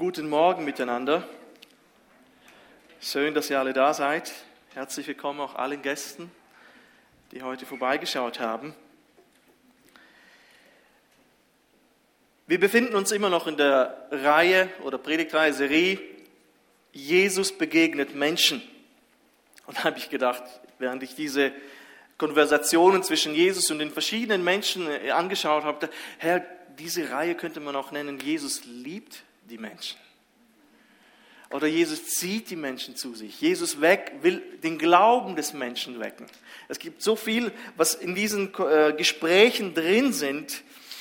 Guten Morgen miteinander. Schön, dass ihr alle da seid. Herzlich willkommen auch allen Gästen, die heute vorbeigeschaut haben. Wir befinden uns immer noch in der Reihe oder Predigtreihe Serie Jesus begegnet Menschen. Und da habe ich gedacht, während ich diese Konversationen zwischen Jesus und den verschiedenen Menschen angeschaut habe, Herr, diese Reihe könnte man auch nennen, Jesus liebt die Menschen. Oder Jesus zieht die Menschen zu sich. Jesus will den Glauben des Menschen wecken. Es gibt so viel, was in diesen Gesprächen drin sind.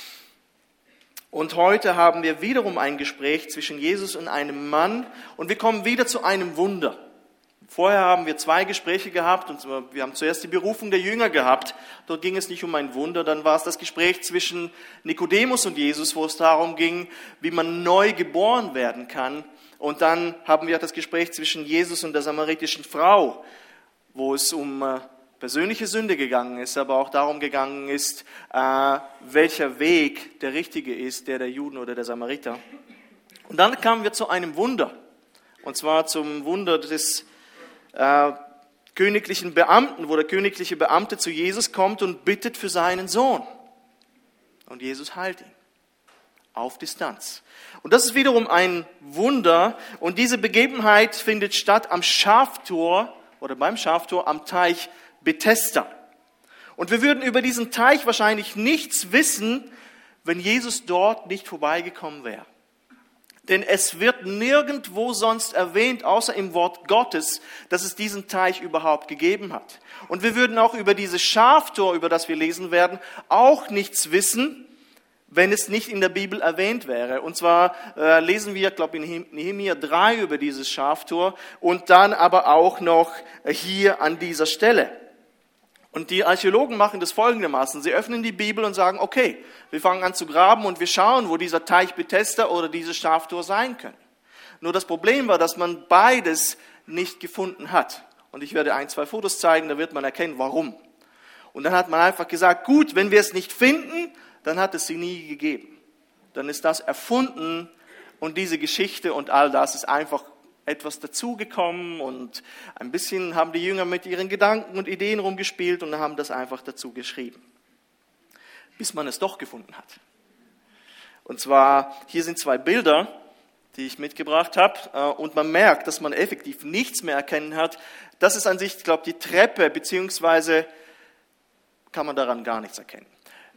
Und heute haben wir wiederum ein Gespräch zwischen Jesus und einem Mann. Und wir kommen wieder zu einem Wunder. Vorher haben wir 2 Gespräche gehabt und wir haben zuerst die Berufung der Jünger gehabt. Dort ging es nicht um ein Wunder, dann war es das Gespräch zwischen Nikodemus und Jesus, wo es darum ging, wie man neu geboren werden kann. Und dann haben wir das Gespräch zwischen Jesus und der samaritischen Frau, wo es um persönliche Sünde gegangen ist, aber auch darum gegangen ist, welcher Weg der richtige ist, der Juden oder der Samariter. Und dann kamen wir zu einem Wunder, und zwar zum Wunder des königlichen Beamten, wo der königliche Beamte zu Jesus kommt und bittet für seinen Sohn. Und Jesus heilt ihn. Auf Distanz. Und das ist wiederum ein Wunder. Und diese Begebenheit findet statt am Schaftor oder beim Schaftor am Teich Bethesda. Und wir würden über diesen Teich wahrscheinlich nichts wissen, wenn Jesus dort nicht vorbeigekommen wäre. Denn es wird nirgendwo sonst erwähnt, außer im Wort Gottes, dass es diesen Teich überhaupt gegeben hat. Und wir würden auch über dieses Schaftor, über das wir lesen werden, auch nichts wissen, wenn es nicht in der Bibel erwähnt wäre. Und zwar lesen wir, glaube ich, in Nehemia 3 über dieses Schaftor und dann aber auch noch hier an dieser Stelle. Und die Archäologen machen das folgendermaßen. Sie öffnen die Bibel und sagen, okay, wir fangen an zu graben und wir schauen, wo dieser Teich Bethesda oder dieses Schaftor sein können. Nur das Problem war, dass man beides nicht gefunden hat. Und ich werde 1, 2 Fotos zeigen, da wird man erkennen, warum. Und dann hat man einfach gesagt, gut, wenn wir es nicht finden, dann hat es sie nie gegeben. Dann ist das erfunden und diese Geschichte und all das ist einfach etwas dazugekommen und ein bisschen haben die Jünger mit ihren Gedanken und Ideen rumgespielt und haben das einfach dazu geschrieben. Bis man es doch gefunden hat. Und zwar, hier sind 2 Bilder, die ich mitgebracht habe und man merkt, dass man effektiv nichts mehr erkennen hat. Das ist an sich, ich glaube, die Treppe, beziehungsweise kann man daran gar nichts erkennen.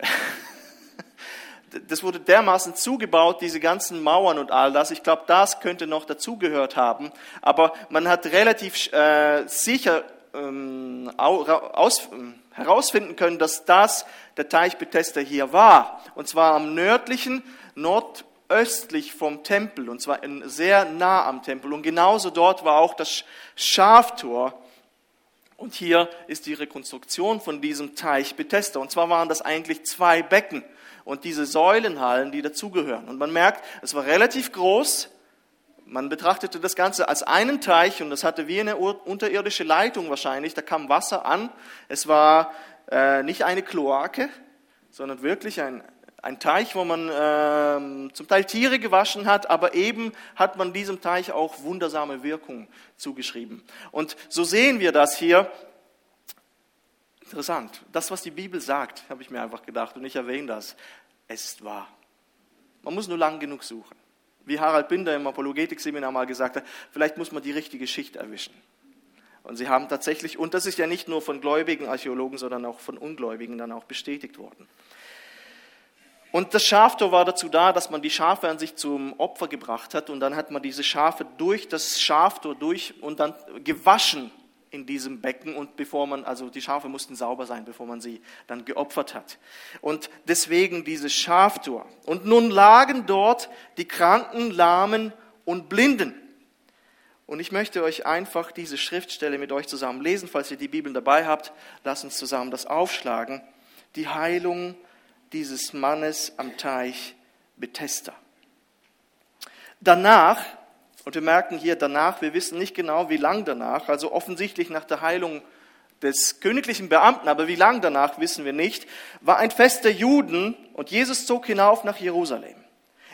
Das wurde dermaßen zugebaut, diese ganzen Mauern und all das. Ich glaube, das könnte noch dazugehört haben. Aber man hat relativ sicher herausfinden können, dass das der Teich Bethesda hier war. Und zwar am nördlichen, nordöstlich vom Tempel. Und zwar sehr nah am Tempel. Und genauso dort war auch das Schaftor. Und hier ist die Rekonstruktion von diesem Teich Bethesda. Und zwar waren das eigentlich 2 Becken. Und diese Säulenhallen, die dazugehören. Und man merkt, es war relativ groß. Man betrachtete das Ganze als einen Teich und das hatte wie eine unterirdische Leitung wahrscheinlich. Da kam Wasser an. Es war nicht eine Kloake, sondern wirklich ein Teich, wo man zum Teil Tiere gewaschen hat, aber eben hat man diesem Teich auch wundersame Wirkung zugeschrieben. Und so sehen wir das hier. Interessant. Das, was die Bibel sagt, habe ich mir einfach gedacht und ich erwähne das. Es ist wahr. Man muss nur lang genug suchen. Wie Harald Binder im Apologetik-Seminar mal gesagt hat, vielleicht muss man die richtige Schicht erwischen. Und sie haben tatsächlich, und das ist ja nicht nur von gläubigen Archäologen, sondern auch von Ungläubigen dann auch bestätigt worden. Und das Schaftor war dazu da, dass man die Schafe an sich zum Opfer gebracht hat und dann hat man diese Schafe durch das Schaftor durch und dann gewaschen in diesem Becken und also die Schafe mussten sauber sein, bevor man sie dann geopfert hat. Und deswegen dieses Schaftor. Und nun lagen dort die Kranken, Lahmen und Blinden. Und ich möchte euch einfach diese Schriftstelle mit euch zusammen lesen, falls ihr die Bibeln dabei habt. Lasst uns zusammen das aufschlagen. Die Heilung dieses Mannes am Teich Bethesda. Danach, und wir merken hier danach, wir wissen nicht genau, wie lang danach, also offensichtlich nach der Heilung des königlichen Beamten, aber wie lang danach wissen wir nicht, war ein Fest der Juden und Jesus zog hinauf nach Jerusalem.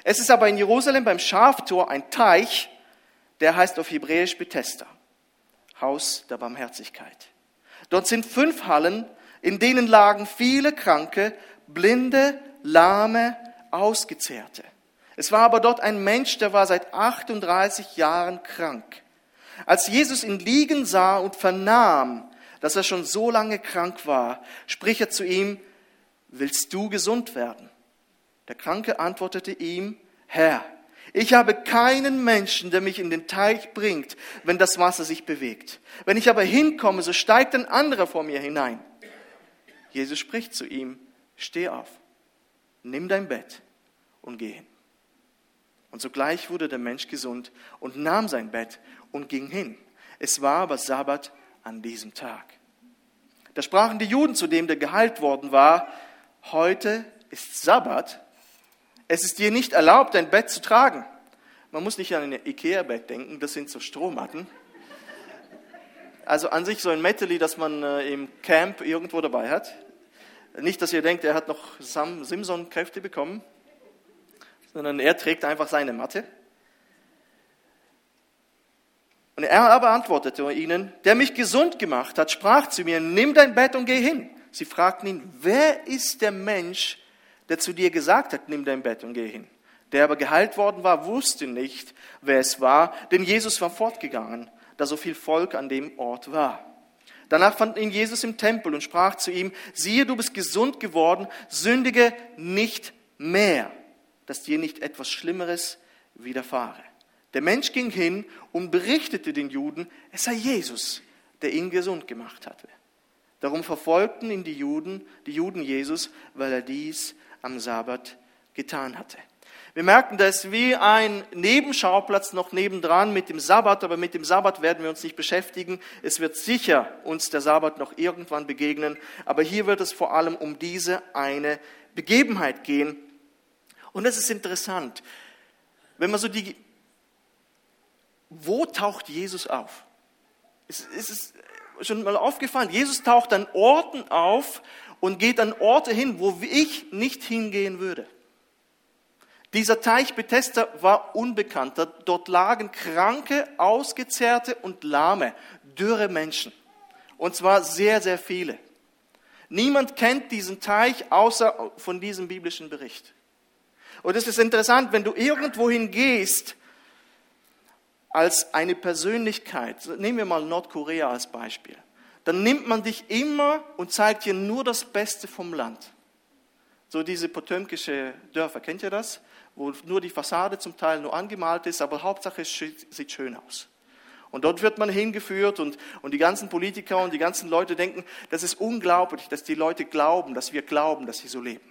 Es ist aber in Jerusalem beim Schaftor ein Teich, der heißt auf Hebräisch Bethesda, Haus der Barmherzigkeit. Dort sind 5 Hallen, in denen lagen viele Kranke, Blinde, Lahme, Ausgezehrte. Es war aber dort ein Mensch, der war seit 38 Jahren krank. Als Jesus ihn liegen sah und vernahm, dass er schon so lange krank war, spricht er zu ihm: Willst du gesund werden? Der Kranke antwortete ihm: Herr, ich habe keinen Menschen, der mich in den Teich bringt, wenn das Wasser sich bewegt. Wenn ich aber hinkomme, so steigt ein anderer vor mir hinein. Jesus spricht zu ihm: Steh auf, nimm dein Bett und geh hin. Und sogleich wurde der Mensch gesund und nahm sein Bett und ging hin. Es war aber Sabbat an diesem Tag. Da sprachen die Juden zu dem, der geheilt worden war: Heute ist Sabbat. Es ist dir nicht erlaubt, dein Bett zu tragen. Man muss nicht an ein Ikea-Bett denken, das sind so Strohmatten. Also an sich so ein Metteli, das man im Camp irgendwo dabei hat. Nicht, dass ihr denkt, er hat noch Simson-Kräfte bekommen, sondern er trägt einfach seine Matte. Und er aber antwortete ihnen: Der mich gesund gemacht hat, sprach zu mir: Nimm dein Bett und geh hin. Sie fragten ihn: Wer ist der Mensch, der zu dir gesagt hat, nimm dein Bett und geh hin? Der aber geheilt worden war, wusste nicht, wer es war, denn Jesus war fortgegangen, da so viel Volk an dem Ort war. Danach fand ihn Jesus im Tempel und sprach zu ihm: Siehe, du bist gesund geworden, sündige nicht mehr, dass dir nicht etwas Schlimmeres widerfahre. Der Mensch ging hin und berichtete den Juden, es sei Jesus, der ihn gesund gemacht hatte. Darum verfolgten ihn die Juden Jesus, weil er dies am Sabbat getan hatte. Wir merken, da ist wie ein Nebenschauplatz noch nebendran mit dem Sabbat, aber mit dem Sabbat werden wir uns nicht beschäftigen. Es wird sicher uns der Sabbat noch irgendwann begegnen, aber hier wird es vor allem um diese eine Begebenheit gehen. Und es ist interessant, wenn man so wo taucht Jesus auf? Es ist schon mal aufgefallen, Jesus taucht an Orten auf und geht an Orte hin, wo ich nicht hingehen würde. Dieser Teich Bethesda war unbekannt. Dort lagen Kranke, Ausgezehrte und Lahme, dürre Menschen. Und zwar sehr, sehr viele. Niemand kennt diesen Teich außer von diesem biblischen Bericht. Und es ist interessant, wenn du irgendwohin gehst, als eine Persönlichkeit, nehmen wir mal Nordkorea als Beispiel, dann nimmt man dich immer und zeigt dir nur das Beste vom Land. So diese potömkische Dörfer, kennt ihr das? Wo nur die Fassade zum Teil nur angemalt ist, aber Hauptsache es sieht schön aus. Und dort wird man hingeführt und die ganzen Politiker und die ganzen Leute denken, das ist unglaublich, dass die Leute glauben, dass sie so leben.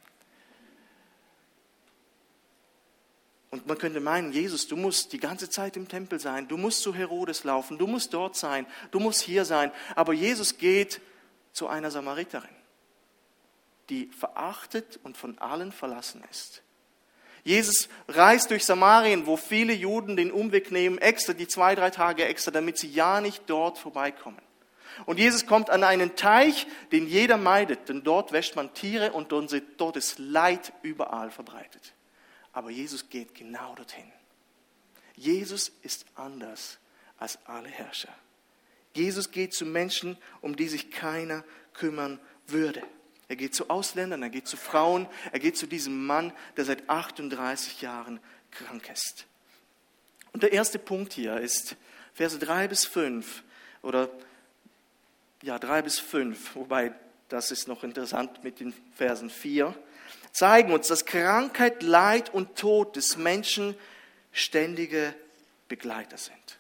Und man könnte meinen, Jesus, du musst die ganze Zeit im Tempel sein, du musst zu Herodes laufen, du musst dort sein, du musst hier sein. Aber Jesus geht zu einer Samariterin, die verachtet und von allen verlassen ist. Jesus reist durch Samarien, wo viele Juden den Umweg nehmen, extra die 2-3 Tage extra, damit sie ja nicht dort vorbeikommen. Und Jesus kommt an einen Teich, den jeder meidet, denn dort wäscht man Tiere und dort ist Leid überall verbreitet. Aber Jesus geht genau dorthin. Jesus ist anders als alle Herrscher. Jesus geht zu Menschen, um die sich keiner kümmern würde. Er geht zu Ausländern, er geht zu Frauen, er geht zu diesem Mann, der seit 38 Jahren krank ist. Und der erste Punkt hier ist Verse 3 bis 5, oder 3 bis 5, wobei das ist noch interessant mit den Versen 4, zeigen uns, dass Krankheit, Leid und Tod des Menschen ständige Begleiter sind.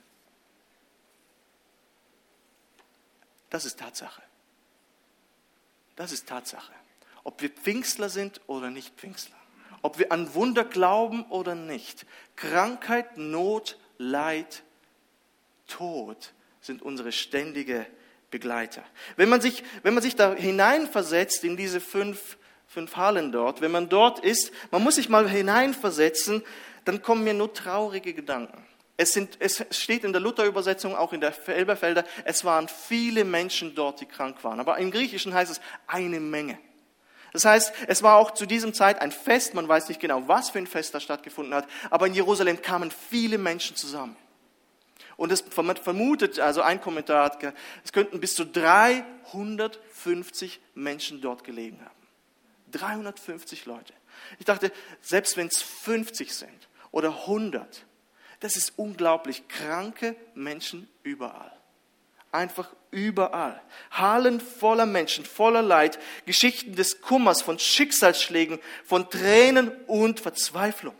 Das ist Tatsache. Das ist Tatsache. Ob wir Pfingstler sind oder nicht Pfingstler. Ob wir an Wunder glauben oder nicht. Krankheit, Not, Leid, Tod sind unsere ständige Begleiter. Wenn man sich da hineinversetzt in diese fünf Hallen dort, wenn man dort ist, man muss sich mal hineinversetzen, dann kommen mir nur traurige Gedanken. Es steht in der Luther-Übersetzung, auch in der Elberfelder, es waren viele Menschen dort, die krank waren. Aber im Griechischen heißt es eine Menge. Das heißt, es war auch zu diesem Zeit ein Fest, man weiß nicht genau, was für ein Fest da stattgefunden hat, aber in Jerusalem kamen viele Menschen zusammen. Und es vermutet, also ein Kommentar hat, es könnten bis zu 350 Menschen dort gelegen haben. 350 Leute. Ich dachte, selbst wenn es 50 sind oder 100, das ist unglaublich. Kranke Menschen überall. Einfach überall. Hallen voller Menschen, voller Leid, Geschichten des Kummers, von Schicksalsschlägen, von Tränen und Verzweiflung.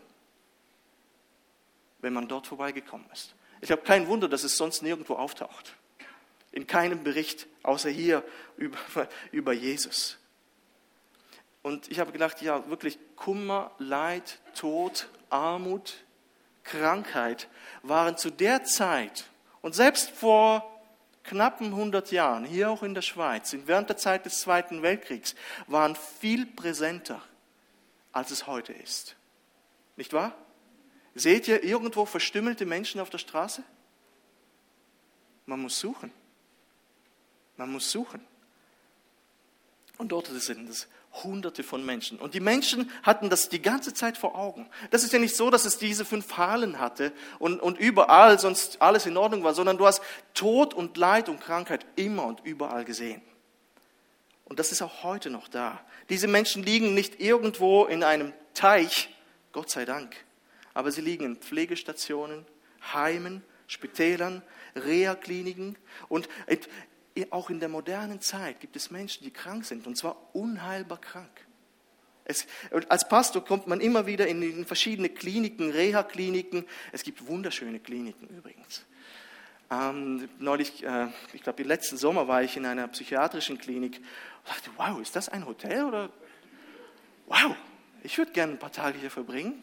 Wenn man dort vorbeigekommen ist. Ich habe kein Wunder, dass es sonst nirgendwo auftaucht. In keinem Bericht, außer hier über Jesus. Und ich habe gedacht, ja wirklich Kummer, Leid, Tod, Armut, Krankheit waren zu der Zeit und selbst vor knappen 100 Jahren, hier auch in der Schweiz, während der Zeit des Zweiten Weltkriegs, waren viel präsenter, als es heute ist. Nicht wahr? Seht ihr irgendwo verstümmelte Menschen auf der Straße? Man muss suchen. Man muss suchen. Und dort sind es Hunderte von Menschen. Und die Menschen hatten das die ganze Zeit vor Augen. Das ist ja nicht so, dass es diese 5 Hallen hatte und überall sonst alles in Ordnung war, sondern du hast Tod und Leid und Krankheit immer und überall gesehen. Und das ist auch heute noch da. Diese Menschen liegen nicht irgendwo in einem Teich, Gott sei Dank, aber sie liegen in Pflegestationen, Heimen, Spitälern, Reha-Kliniken und auch in der modernen Zeit gibt es Menschen, die krank sind, und zwar unheilbar krank. Als Pastor kommt man immer wieder in verschiedene Kliniken, Reha-Kliniken. Es gibt wunderschöne Kliniken übrigens. Neulich, ich glaube, im letzten Sommer war ich in einer psychiatrischen Klinik und dachte, wow, ist das ein Hotel? Oder? Wow, ich würde gerne ein paar Tage hier verbringen.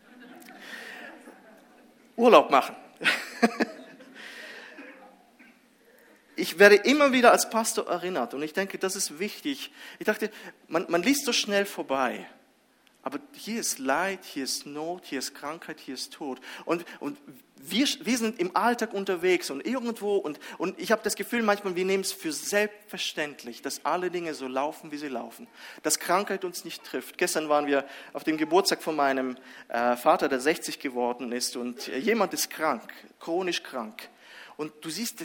Urlaub machen. Ich werde immer wieder als Pastor erinnert und ich denke, das ist wichtig. Ich dachte, man liest so schnell vorbei, aber hier ist Leid, hier ist Not, hier ist Krankheit, hier ist Tod. Und wir sind im Alltag unterwegs und irgendwo, und ich habe das Gefühl manchmal, wir nehmen es für selbstverständlich, dass alle Dinge so laufen, wie sie laufen, dass Krankheit uns nicht trifft. Gestern waren wir auf dem Geburtstag von meinem Vater, der 60 geworden ist, und jemand ist krank, chronisch krank. Und du siehst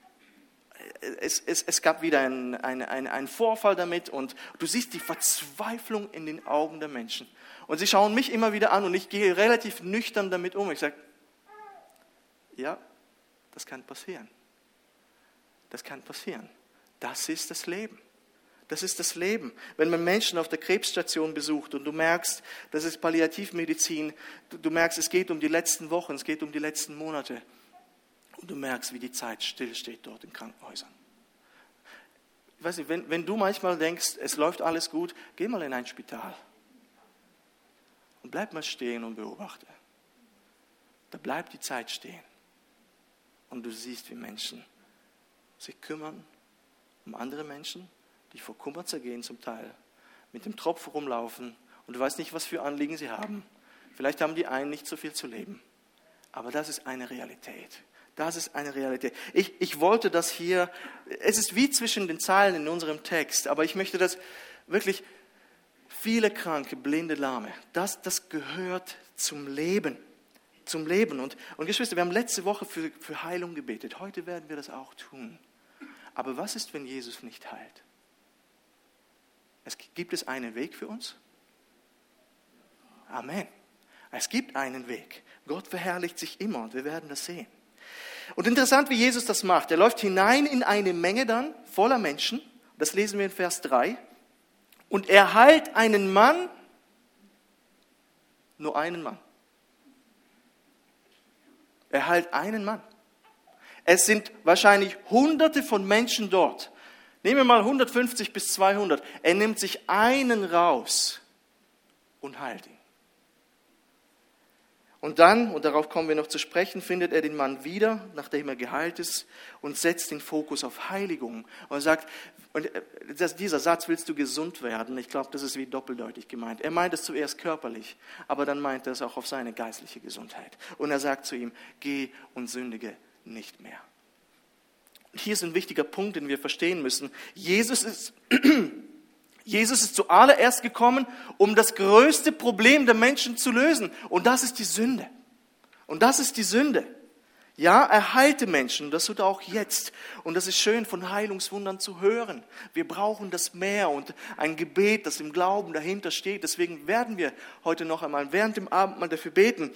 es gab wieder einen Vorfall damit und du siehst die Verzweiflung in den Augen der Menschen. Und sie schauen mich immer wieder an und ich gehe relativ nüchtern damit um. Ich sage, ja, das kann passieren. Das kann passieren. Das ist das Leben. Das ist das Leben. Wenn man Menschen auf der Krebsstation besucht und du merkst, das ist Palliativmedizin, du merkst, es geht um die letzten Wochen, es geht um die letzten Monate. Und du merkst, wie die Zeit stillsteht dort in Krankenhäusern. Ich weiß nicht, wenn du manchmal denkst, es läuft alles gut, geh mal in ein Spital. Und bleib mal stehen und beobachte. Da bleibt die Zeit stehen. Und du siehst, wie Menschen sich kümmern um andere Menschen, die vor Kummer zergehen zum Teil, mit dem Tropf rumlaufen und du weißt nicht, was für Anliegen sie haben. Vielleicht haben die einen nicht so viel zu leben. Aber das ist eine Realität. Das ist eine Realität. Ich wollte das hier, es ist wie zwischen den Zeilen in unserem Text, aber ich möchte das wirklich, viele Kranke, Blinde, Lahme, das gehört zum Leben. Zum Leben. Und Geschwister, wir haben letzte Woche für Heilung gebetet. Heute werden wir das auch tun. Aber was ist, wenn Jesus nicht heilt? Gibt es einen Weg für uns? Amen. Es gibt einen Weg. Gott verherrlicht sich immer und wir werden das sehen. Und interessant, wie Jesus das macht. Er läuft hinein in eine Menge dann voller Menschen. Das lesen wir in Vers 3. Und er heilt einen Mann, nur einen Mann. Er heilt einen Mann. Es sind wahrscheinlich Hunderte von Menschen dort. Nehmen wir mal 150 bis 200. Er nimmt sich einen raus und heilt ihn. Und dann, und darauf kommen wir noch zu sprechen, findet er den Mann wieder, nachdem er geheilt ist, und setzt den Fokus auf Heiligung. Und er sagt, und dieser Satz, willst du gesund werden? Ich glaube, das ist wie doppeldeutig gemeint. Er meint es zuerst körperlich, aber dann meint er es auch auf seine geistliche Gesundheit. Und er sagt zu ihm, geh und sündige nicht mehr. Und hier ist ein wichtiger Punkt, den wir verstehen müssen. Jesus Jesus ist zuallererst gekommen, um das größte Problem der Menschen zu lösen. Und das ist die Sünde. Und das ist die Sünde. Ja, er heilte Menschen, das tut er auch jetzt. Und das ist schön, von Heilungswundern zu hören. Wir brauchen das mehr und ein Gebet, das im Glauben dahinter steht. Deswegen werden wir heute noch einmal während dem Abendmahl dafür beten.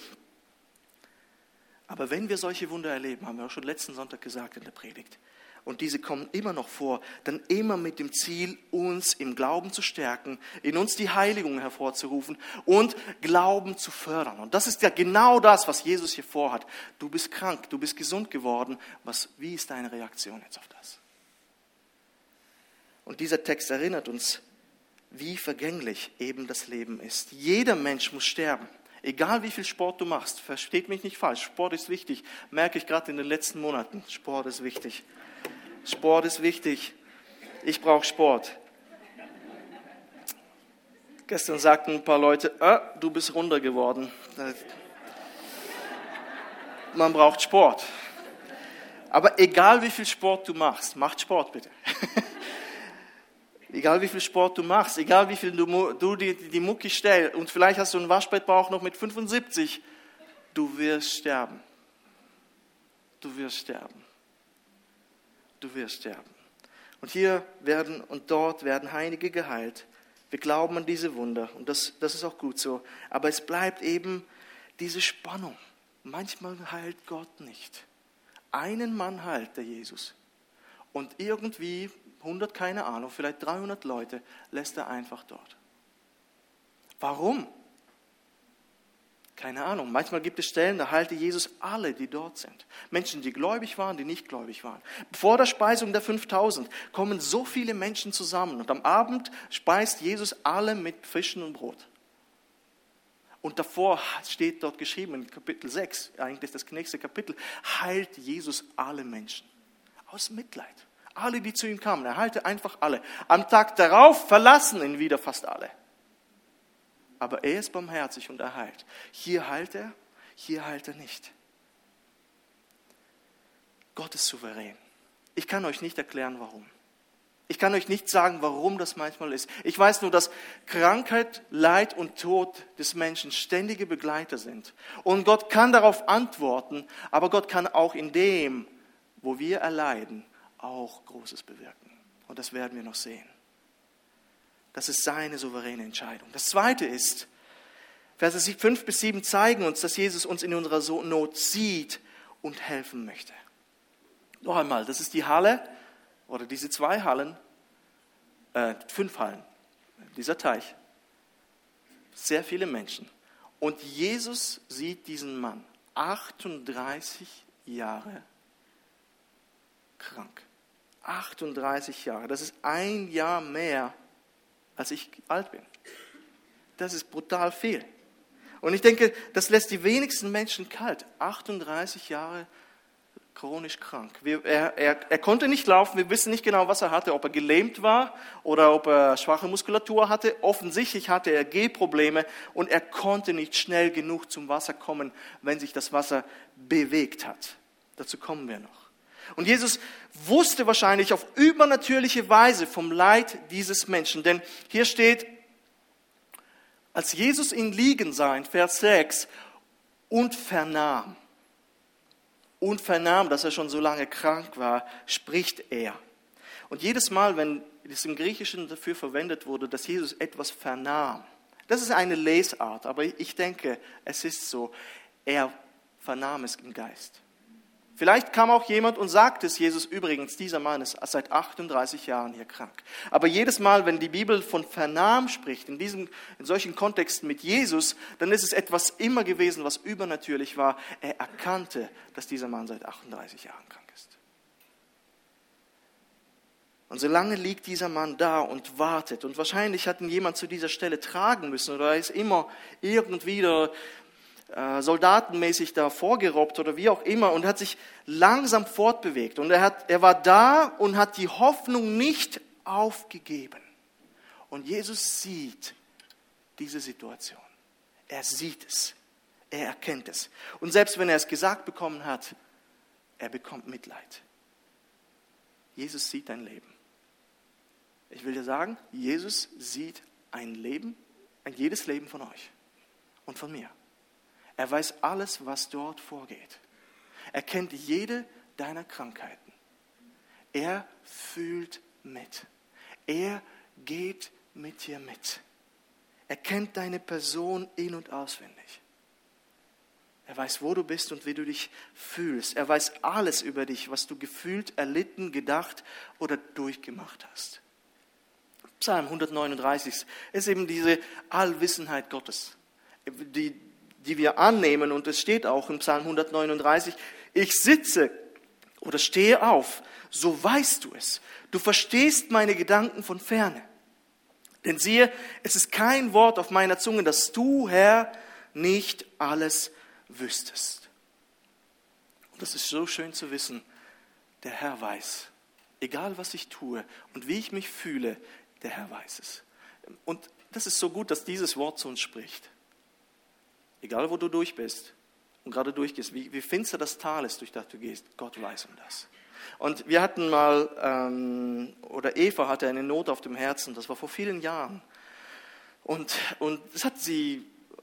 Aber wenn wir solche Wunder erleben, haben wir auch schon letzten Sonntag gesagt in der Predigt, und diese kommen immer noch vor, dann immer mit dem Ziel, uns im Glauben zu stärken, in uns die Heiligung hervorzurufen und Glauben zu fördern. Und das ist ja genau das, was Jesus hier vorhat. Du bist krank, du bist gesund geworden. Wie ist deine Reaktion jetzt auf das? Und dieser Text erinnert uns, wie vergänglich eben das Leben ist. Jeder Mensch muss sterben. Egal wie viel Sport du machst, versteht mich nicht falsch, Sport ist wichtig, merke ich gerade in den letzten Monaten, Sport ist wichtig. Sport ist wichtig. Ich brauche Sport. Gestern sagten ein paar Leute, du bist runder geworden. Man braucht Sport. Aber egal wie viel Sport du machst, macht Sport bitte. Egal wie viel Sport du machst, egal wie viel du die Mucki stellst und vielleicht hast du einen Waschbettbauch noch mit 75, du wirst sterben. Du wirst sterben. Du wirst sterben. Und hier und dort werden Heilige geheilt. Wir glauben an diese Wunder und das ist auch gut so. Aber es bleibt eben diese Spannung. Manchmal heilt Gott nicht. Einen Mann heilt der Jesus. Und irgendwie 100, keine Ahnung, vielleicht 300 Leute lässt er einfach dort. Warum? Keine Ahnung. Manchmal gibt es Stellen, da heilte Jesus alle, die dort sind. Menschen, die gläubig waren, die nicht gläubig waren. Vor der Speisung der 5000 kommen so viele Menschen zusammen und am Abend speist Jesus alle mit Fischen und Brot. Und davor steht dort geschrieben in Kapitel 6, eigentlich das nächste Kapitel, heilt Jesus alle Menschen. Aus Mitleid. Alle, die zu ihm kamen, er heilte einfach alle. Am Tag darauf verlassen ihn wieder fast alle. Aber er ist barmherzig und er heilt. Hier heilt er nicht. Gott ist souverän. Ich kann euch nicht erklären, warum. Ich kann euch nicht sagen, warum das manchmal ist. Ich weiß nur, dass Krankheit, Leid und Tod des Menschen ständige Begleiter sind. Und Gott kann darauf antworten, aber Gott kann auch in dem, wo wir erleiden, auch Großes bewirken. Und das werden wir noch sehen. Das ist seine souveräne Entscheidung. Das Zweite ist, Verse 5 bis 7 zeigen uns, dass Jesus uns in unserer Not sieht und helfen möchte. Noch einmal, das ist die Halle, oder diese 2 Hallen, 5 Hallen, dieser Teich. Sehr viele Menschen. Und Jesus sieht diesen Mann, 38 Jahre krank. 38 Jahre, das ist 1 Jahr mehr, als ich alt bin. Das ist brutal viel. Und ich denke, das lässt die wenigsten Menschen kalt. 38 Jahre chronisch krank. Er konnte nicht laufen, wir wissen nicht genau, was er hatte, ob er gelähmt war oder ob er schwache Muskulatur hatte. Offensichtlich hatte er Gehprobleme und er konnte nicht schnell genug zum Wasser kommen, wenn sich das Wasser bewegt hat. Dazu kommen wir noch. Und Jesus wusste wahrscheinlich auf übernatürliche Weise vom Leid dieses Menschen. Denn hier steht, als Jesus ihn liegen sah, in Vers 6, und vernahm, dass er schon so lange krank war, spricht er. Und jedes Mal, wenn es im Griechischen dafür verwendet wurde, dass Jesus etwas vernahm, das ist eine Lesart, aber ich denke, es ist so, er vernahm es im Geist. Vielleicht kam auch jemand und sagte es Jesus, übrigens, dieser Mann ist seit 38 Jahren hier krank. Aber jedes Mal, wenn die Bibel von vernahm spricht, in solchen Kontexten mit Jesus, dann ist es etwas immer gewesen, was übernatürlich war. Er erkannte, dass dieser Mann seit 38 Jahren krank ist. Und so lange liegt dieser Mann da und wartet. Und wahrscheinlich hat ihn jemand zu dieser Stelle tragen müssen oder er ist immer irgendwie soldatenmäßig da vorgerobbt oder wie auch immer und hat sich langsam fortbewegt. Und er war da und hat die Hoffnung nicht aufgegeben. Und Jesus sieht diese Situation. Er sieht es. Er erkennt es. Und selbst wenn er es gesagt bekommen hat, er bekommt Mitleid. Jesus sieht dein Leben. Ich will dir sagen, Jesus sieht jedes Leben von euch und von mir. Er weiß alles, was dort vorgeht. Er kennt jede deiner Krankheiten. Er fühlt mit. Er geht mit dir mit. Er kennt deine Person in- und auswendig. Er weiß, wo du bist und wie du dich fühlst. Er weiß alles über dich, was du gefühlt, erlitten, gedacht oder durchgemacht hast. Psalm 139 ist eben diese Allwissenheit Gottes, die wir annehmen. Und es steht auch in Psalm 139, ich sitze oder stehe auf, so weißt du es. Du verstehst meine Gedanken von ferne. Denn siehe, es ist kein Wort auf meiner Zunge, dass du, Herr, nicht alles wüsstest. Und das ist so schön zu wissen, der Herr weiß, egal was ich tue und wie ich mich fühle, der Herr weiß es. Und das ist so gut, dass dieses Wort zu uns spricht. Egal wo du durch bist und gerade durchgehst, wie finster das Tal ist, durch das du gehst, Gott weiß um das. Und wir hatten mal, oder Eva hatte eine Not auf dem Herzen, das war vor vielen Jahren. Und das hat sie,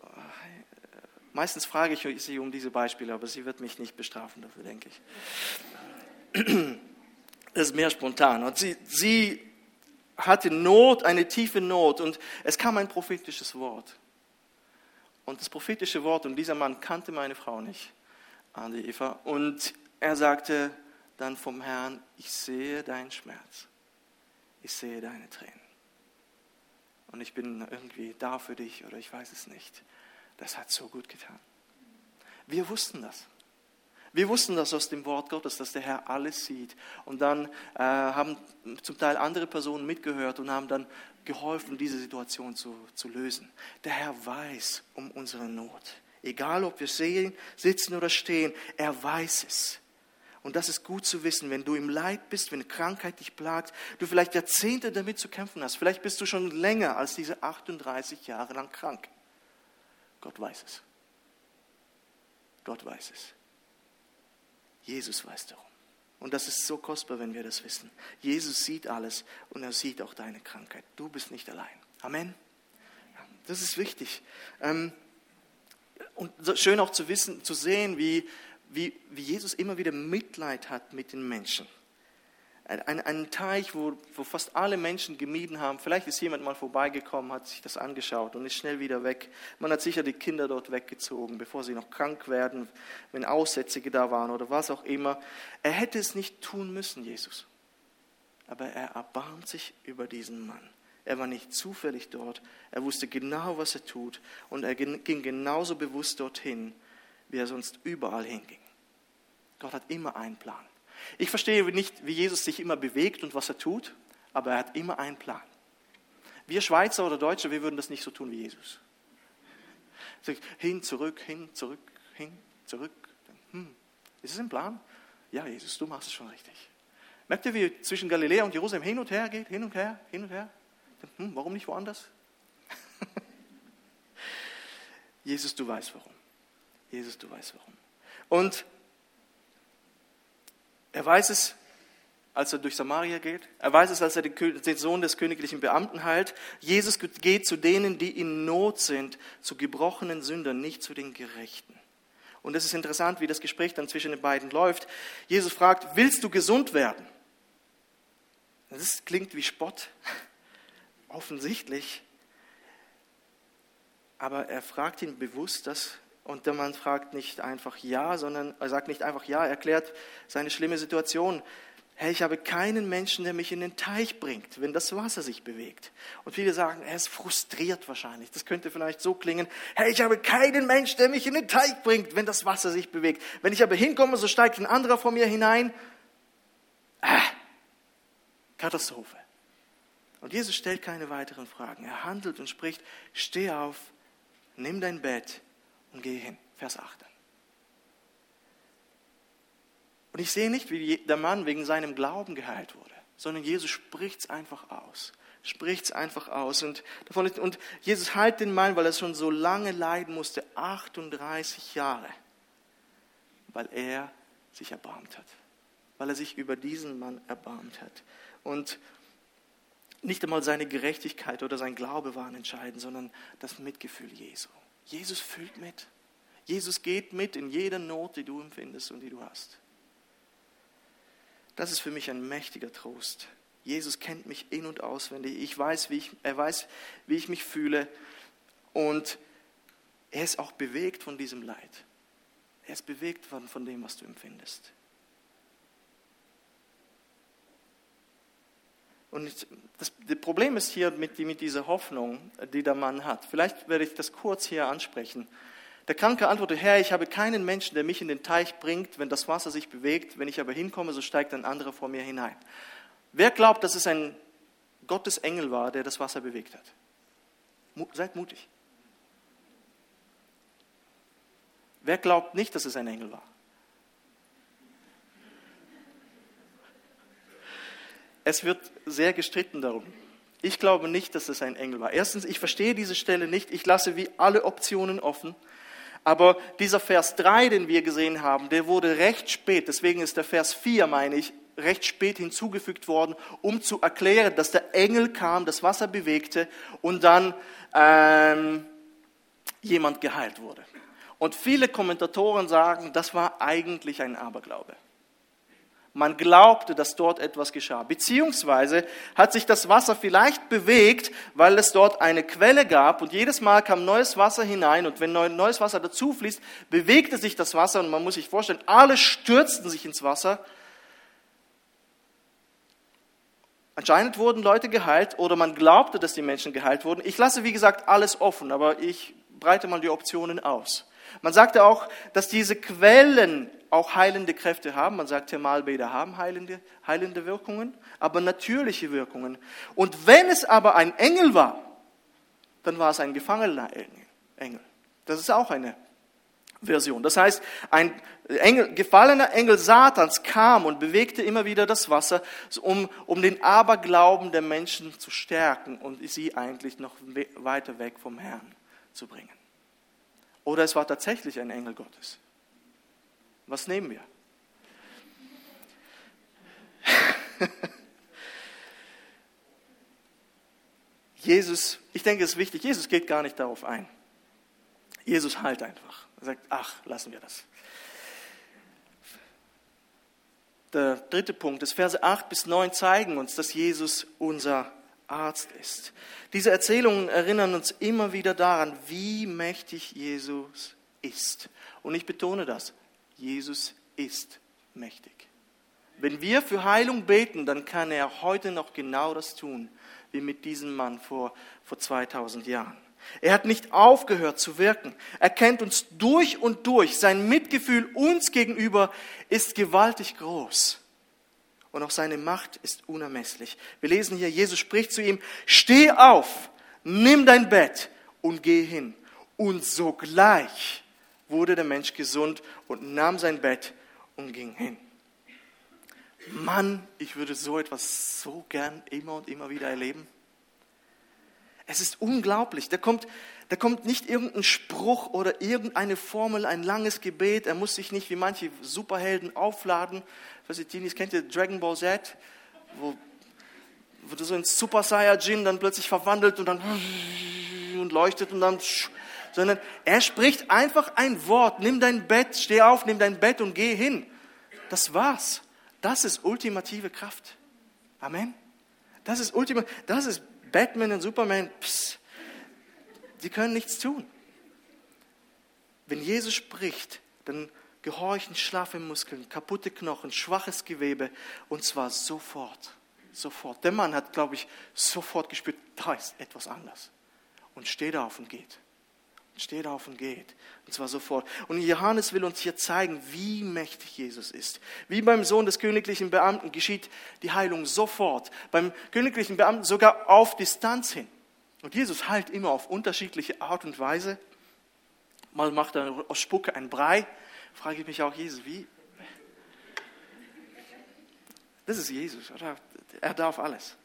meistens frage ich sie um diese Beispiele, aber sie wird mich nicht bestrafen dafür, denke ich. Das ist mehr spontan. Und sie hatte Not, eine tiefe Not, und es kam ein prophetisches Wort. Und das prophetische Wort, und dieser Mann kannte meine Frau nicht, die Eva, und er sagte dann vom Herrn, ich sehe deinen Schmerz, ich sehe deine Tränen. Und ich bin irgendwie da für dich, oder ich weiß es nicht. Das hat so gut getan. Wir wussten das. Wir wussten das aus dem Wort Gottes, dass der Herr alles sieht. Und dann haben zum Teil andere Personen mitgehört und haben dann geholfen, diese Situation zu lösen. Der Herr weiß um unsere Not. Egal, ob wir sitzen oder stehen, er weiß es. Und das ist gut zu wissen, wenn du im Leid bist, wenn Krankheit dich plagt, du vielleicht Jahrzehnte damit zu kämpfen hast. Vielleicht bist du schon länger als diese 38 Jahre lang krank. Gott weiß es. Gott weiß es. Jesus weiß darum. Und das ist so kostbar, wenn wir das wissen. Jesus sieht alles und er sieht auch deine Krankheit. Du bist nicht allein. Amen. Ja, das ist wichtig. Und schön auch zu wissen, zu sehen, wie Jesus immer wieder Mitleid hat mit den Menschen. Ein Teich, wo fast alle Menschen gemieden haben. Vielleicht ist jemand mal vorbeigekommen, hat sich das angeschaut und ist schnell wieder weg. Man hat sicher die Kinder dort weggezogen, bevor sie noch krank werden, wenn Aussätzige da waren oder was auch immer. Er hätte es nicht tun müssen, Jesus. Aber er erbarmt sich über diesen Mann. Er war nicht zufällig dort. Er wusste genau, was er tut. Und er ging genauso bewusst dorthin, wie er sonst überall hinging. Gott hat immer einen Plan. Ich verstehe nicht, wie Jesus sich immer bewegt und was er tut, aber er hat immer einen Plan. Wir Schweizer oder Deutsche, wir würden das nicht so tun wie Jesus. Hin, zurück, hin, zurück, hin, zurück. Ist es ein Plan? Ja, Jesus, du machst es schon richtig. Merkt ihr, wie zwischen Galiläa und Jerusalem hin und her geht? Hin und her, hin und her. Warum nicht woanders? Jesus, du weißt warum. Jesus, du weißt warum. Und er weiß es, als er durch Samaria geht. Er weiß es, als er den Sohn des königlichen Beamten heilt. Jesus geht zu denen, die in Not sind, zu gebrochenen Sündern, nicht zu den Gerechten. Und es ist interessant, wie das Gespräch dann zwischen den beiden läuft. Jesus fragt, willst du gesund werden? Das klingt wie Spott, offensichtlich. Aber er fragt ihn bewusst das. Und der Mann fragt nicht einfach ja, sondern er sagt nicht einfach ja, er erklärt seine schlimme Situation. Hey, ich habe keinen Menschen, der mich in den Teich bringt, wenn das Wasser sich bewegt. Und viele sagen, er ist frustriert wahrscheinlich. Das könnte vielleicht so klingen. Hey, ich habe keinen Menschen, der mich in den Teich bringt, wenn das Wasser sich bewegt. Wenn ich aber hinkomme, so steigt ein anderer vor mir hinein. Katastrophe. Und Jesus stellt keine weiteren Fragen. Er handelt und spricht, steh auf, nimm dein Bett und geh hin. Vers 8. Und ich sehe nicht, wie der Mann wegen seinem Glauben geheilt wurde, sondern Jesus spricht es einfach aus. Spricht es einfach aus. Und Jesus heilt den Mann, weil er schon so lange leiden musste, 38 Jahre, weil er sich erbarmt hat. Weil er sich über diesen Mann erbarmt hat. Und Nicht einmal seine Gerechtigkeit oder sein Glaube waren entscheidend, sondern das Mitgefühl Jesu. Jesus fühlt mit. Jesus geht mit in jeder Not, die du empfindest und die du hast. Das ist für mich ein mächtiger Trost. Jesus kennt mich in- und auswendig. Er weiß, wie ich mich fühle. Und er ist auch bewegt von diesem Leid. Er ist bewegt von dem, was du empfindest. Und das Problem ist hier mit dieser Hoffnung, die der Mann hat. Vielleicht werde ich das kurz hier ansprechen. Der Kranke antwortet, Herr, ich habe keinen Menschen, der mich in den Teich bringt, wenn das Wasser sich bewegt. Wenn ich aber hinkomme, so steigt ein anderer vor mir hinein. Wer glaubt, dass es ein Gottesengel war, der das Wasser bewegt hat? Seid mutig. Wer glaubt nicht, dass es ein Engel war? Es wird sehr gestritten darum. Ich glaube nicht, dass es ein Engel war. Erstens, ich verstehe diese Stelle nicht. Ich lasse wie alle Optionen offen. Aber dieser Vers 3, den wir gesehen haben, der wurde recht spät, deswegen ist der Vers 4, meine ich, recht spät hinzugefügt worden, um zu erklären, dass der Engel kam, das Wasser bewegte und dann jemand geheilt wurde. Und viele Kommentatoren sagen, das war eigentlich ein Aberglaube. Man glaubte, dass dort etwas geschah. Beziehungsweise hat sich das Wasser vielleicht bewegt, weil es dort eine Quelle gab und jedes Mal kam neues Wasser hinein und wenn neues Wasser dazu fließt, bewegte sich das Wasser und man muss sich vorstellen, alle stürzten sich ins Wasser. Anscheinend wurden Leute geheilt oder man glaubte, dass die Menschen geheilt wurden. Ich lasse, wie gesagt, alles offen, aber ich breite mal die Optionen aus. Man sagte auch, dass diese Quellen auch heilende Kräfte haben. Man sagt, Thermalbäder haben heilende Wirkungen, aber natürliche Wirkungen. Und wenn es aber ein Engel war, dann war es ein gefangener Engel. Das ist auch eine Version. Das heißt, ein gefallener Engel Satans kam und bewegte immer wieder das Wasser, um den Aberglauben der Menschen zu stärken und sie eigentlich noch weiter weg vom Herrn zu bringen. Oder es war tatsächlich ein Engel Gottes. Was nehmen wir? Jesus, ich denke, es ist wichtig, Jesus geht gar nicht darauf ein. Jesus heilt einfach. Er sagt, ach, lassen wir das. Der dritte Punkt ist, Verse 8 bis 9 zeigen uns, dass Jesus unser Arzt ist. Diese Erzählungen erinnern uns immer wieder daran, wie mächtig Jesus ist. Und ich betone das, Jesus ist mächtig. Wenn wir für Heilung beten, dann kann er heute noch genau das tun, wie mit diesem Mann vor 2000 Jahren. Er hat nicht aufgehört zu wirken. Er kennt uns durch und durch. Sein Mitgefühl uns gegenüber ist gewaltig groß. Und auch seine Macht ist unermesslich. Wir lesen hier, Jesus spricht zu ihm, steh auf, nimm dein Bett und geh hin. Und sogleich wurde der Mensch gesund und nahm sein Bett und ging hin. Mann, ich würde so etwas so gern immer und immer wieder erleben. Es ist unglaublich. Da kommt nicht irgendein Spruch oder irgendeine Formel, ein langes Gebet. Er muss sich nicht wie manche Superhelden aufladen. Ich weiß nicht, Teenies, kennt ihr Dragon Ball Z? Wo du so ein Super Saiyajin dann plötzlich verwandelt und dann und leuchtet und dann... Sondern er spricht einfach ein Wort. Nimm dein Bett, steh auf, nimm dein Bett und geh hin. Das war's. Das ist ultimative Kraft. Amen. Das ist Batman und Superman, die können nichts tun. Wenn Jesus spricht, dann gehorchen schlaffe Muskeln, kaputte Knochen, schwaches Gewebe und zwar sofort. Sofort. Der Mann hat, glaube ich, sofort gespürt, da ist etwas anders. Und steht auf und geht. Steht auf und geht. Und zwar sofort. Und Johannes will uns hier zeigen, wie mächtig Jesus ist. Wie beim Sohn des königlichen Beamten geschieht die Heilung sofort. Beim königlichen Beamten sogar auf Distanz hin. Und Jesus heilt immer auf unterschiedliche Art und Weise. Mal macht er aus Spucke ein Brei. Frage ich mich auch, Jesus, wie? Das ist Jesus, oder? Er darf alles.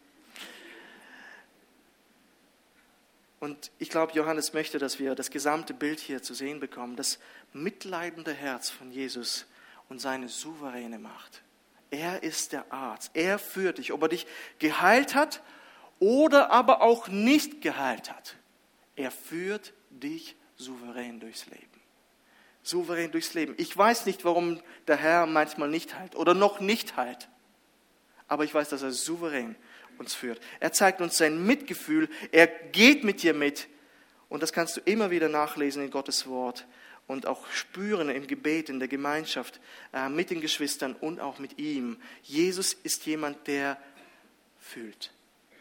Und ich glaube, Johannes möchte, dass wir das gesamte Bild hier zu sehen bekommen. Das mitleidende Herz von Jesus und seine souveräne Macht. Er ist der Arzt. Er führt dich. Ob er dich geheilt hat oder aber auch nicht geheilt hat. Er führt dich souverän durchs Leben. Souverän durchs Leben. Ich weiß nicht, warum der Herr manchmal nicht heilt oder noch nicht heilt. Aber ich weiß, dass er souverän uns führt. Er zeigt uns sein Mitgefühl. Er geht mit dir mit. Und das kannst du immer wieder nachlesen in Gottes Wort und auch spüren im Gebet, in der Gemeinschaft mit den Geschwistern und auch mit ihm. Jesus ist jemand, der fühlt.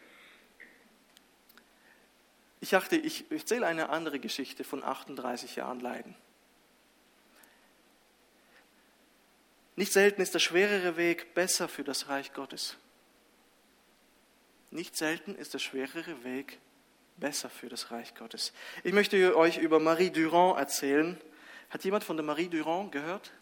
Ich dachte, ich erzähle eine andere Geschichte von 38 Jahren Leiden. Nicht selten ist der schwerere Weg besser für das Reich Gottes. Nicht selten ist der schwerere Weg besser für das Reich Gottes. Ich möchte euch über Marie Durand erzählen. Hat jemand von der Marie Durand gehört?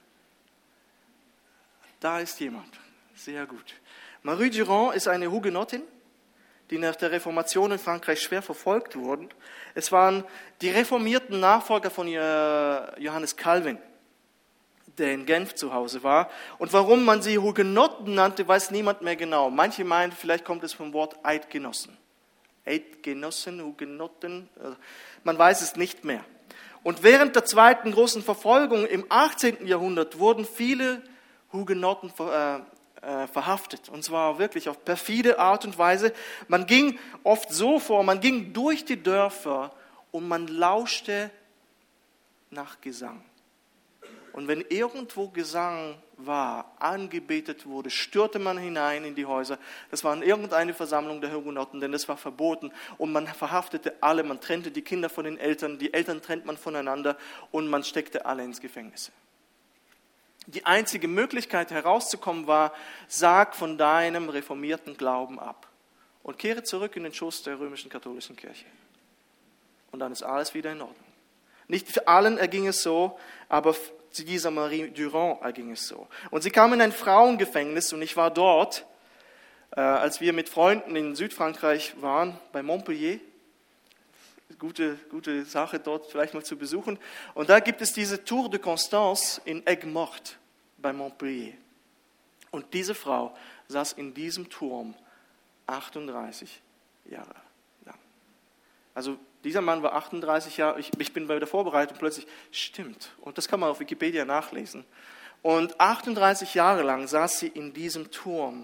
Da ist jemand. Sehr gut. Marie Durand ist eine Hugenottin, die nach der Reformation in Frankreich schwer verfolgt wurden. Es waren die reformierten Nachfolger von Johannes Calvin, der in Genf zu Hause war. Und warum man sie Hugenotten nannte, weiß niemand mehr genau. Manche meinen, vielleicht kommt es vom Wort Eidgenossen. Eidgenossen, Hugenotten, man weiß es nicht mehr. Und während der zweiten großen Verfolgung im 18. Jahrhundert wurden viele Hugenotten verhaftet. Und zwar wirklich auf perfide Art und Weise. Man ging oft so vor, man ging durch die Dörfer und man lauschte nach Gesang. Und wenn irgendwo Gesang war, angebetet wurde, stürmte man hinein in die Häuser. Das war irgendeine Versammlung der Hugenotten, denn das war verboten. Und man verhaftete alle, man trennte die Kinder von den Eltern, die Eltern trennt man voneinander und man steckte alle ins Gefängnis. Die einzige Möglichkeit herauszukommen war, sag von deinem reformierten Glauben ab und kehre zurück in den Schoß der römischen katholischen Kirche. Und dann ist alles wieder in Ordnung. Nicht für allen erging es so, aber zu dieser Marie Durand erging es so. Und sie kam in ein Frauengefängnis und ich war dort, als wir mit Freunden in Südfrankreich waren, bei Montpellier. Gute Sache dort vielleicht mal zu besuchen. Und da gibt es diese Tour de Constance in Aigues-Mortes bei Montpellier. Und diese Frau saß in diesem Turm 38 Jahre lang. Also dieser Mann war 38 Jahre, ich bin bei der Vorbereitung plötzlich, stimmt. Und das kann man auf Wikipedia nachlesen. Und 38 Jahre lang saß sie in diesem Turm.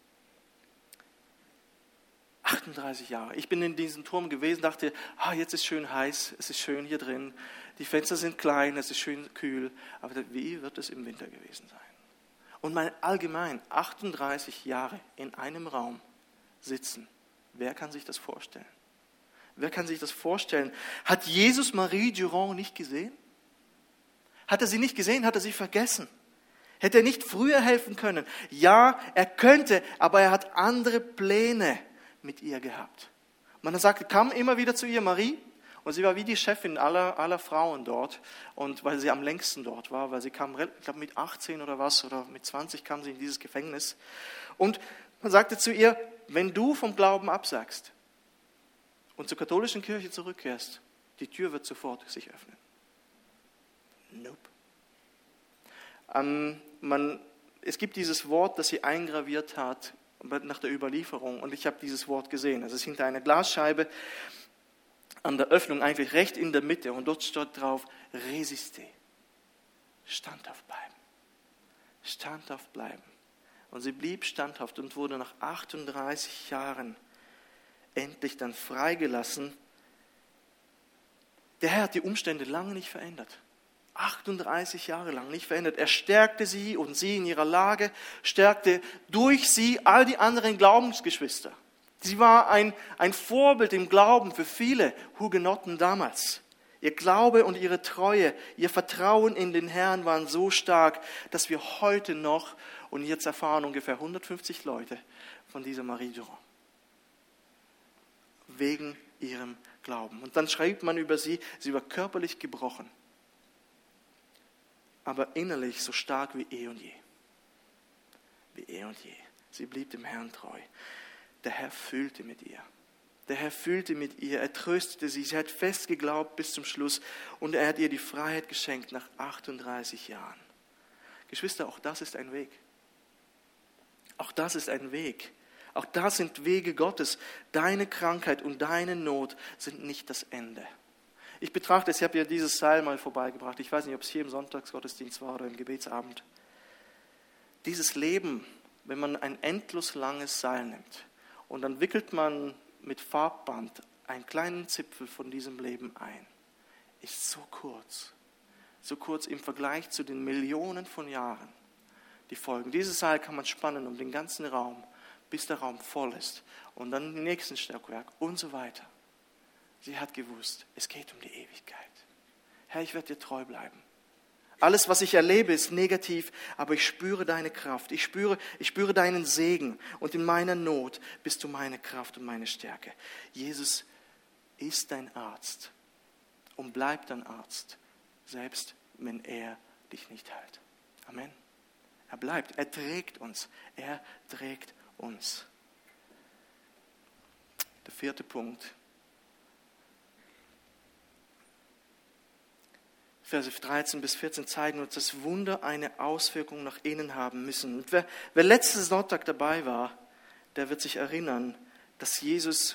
38 Jahre. Ich bin in diesem Turm gewesen, dachte, jetzt ist schön heiß, es ist schön hier drin, die Fenster sind klein, es ist schön kühl, aber wie wird es im Winter gewesen sein? Und allgemein 38 Jahre in einem Raum sitzen, wer kann sich das vorstellen? Wer kann sich das vorstellen? Hat Jesus Marie Durand nicht gesehen? Hat er sie nicht gesehen? Hat er sie vergessen? Hätte er nicht früher helfen können? Ja, er könnte, aber er hat andere Pläne mit ihr gehabt. Man kam immer wieder zu ihr, Marie, und sie war wie die Chefin aller Frauen dort, und weil sie am längsten dort war, weil sie kam, ich glaube mit 18 oder was, oder mit 20 kam sie in dieses Gefängnis. Und man sagte zu ihr, wenn du vom Glauben absagst und zur katholischen Kirche zurückkehrst, die Tür wird sofort sich öffnen. Nope. Es gibt dieses Wort, das sie eingraviert hat nach der Überlieferung, und ich habe dieses Wort gesehen. Es ist hinter einer Glasscheibe an der Öffnung, eigentlich recht in der Mitte, und dort steht drauf, résister, standhaft bleiben. Standhaft bleiben. Und sie blieb standhaft und wurde nach 38 Jahren endlich dann freigelassen. Der Herr hat die Umstände lange nicht verändert. 38 Jahre lang nicht verändert. Er stärkte sie und sie in ihrer Lage, stärkte durch sie all die anderen Glaubensgeschwister. Sie war ein Vorbild im Glauben für viele Hugenotten damals. Ihr Glaube und ihre Treue, ihr Vertrauen in den Herrn waren so stark, dass wir heute noch, und jetzt erfahren ungefähr 150 Leute von dieser Marie Durand, wegen ihrem Glauben. Und dann schreibt man über sie, sie war körperlich gebrochen, aber innerlich so stark wie eh und je. Wie eh und je. Sie blieb dem Herrn treu. Der Herr fühlte mit ihr. Der Herr fühlte mit ihr, er tröstete sie, sie hat fest geglaubt bis zum Schluss und er hat ihr die Freiheit geschenkt nach 38 Jahren. Geschwister, auch das ist ein Weg. Auch das ist ein Weg. Auch das sind Wege Gottes. Deine Krankheit und deine Not sind nicht das Ende. Ich betrachte es, ich habe ja dieses Seil mal vorbeigebracht. Ich weiß nicht, ob es hier im Sonntagsgottesdienst war oder im Gebetsabend. Dieses Leben, wenn man ein endlos langes Seil nimmt und dann wickelt man mit Farbband einen kleinen Zipfel von diesem Leben ein, ist so kurz im Vergleich zu den Millionen von Jahren, die folgen. Dieses Seil kann man spannen um den ganzen Raum, bis der Raum voll ist und dann im nächsten Stockwerk und so weiter. Sie hat gewusst, es geht um die Ewigkeit. Herr, ich werde dir treu bleiben. Alles, was ich erlebe, ist negativ, aber ich spüre deine Kraft. Ich spüre deinen Segen und in meiner Not bist du meine Kraft und meine Stärke. Jesus ist dein Arzt und bleibt dein Arzt, selbst wenn er dich nicht heilt. Amen. Er bleibt, er trägt uns. Der 4. Punkt. Verse 13 bis 14 zeigen uns, dass Wunder eine Auswirkung nach innen haben müssen. Und wer letzten Sonntag dabei war, der wird sich erinnern, dass Jesus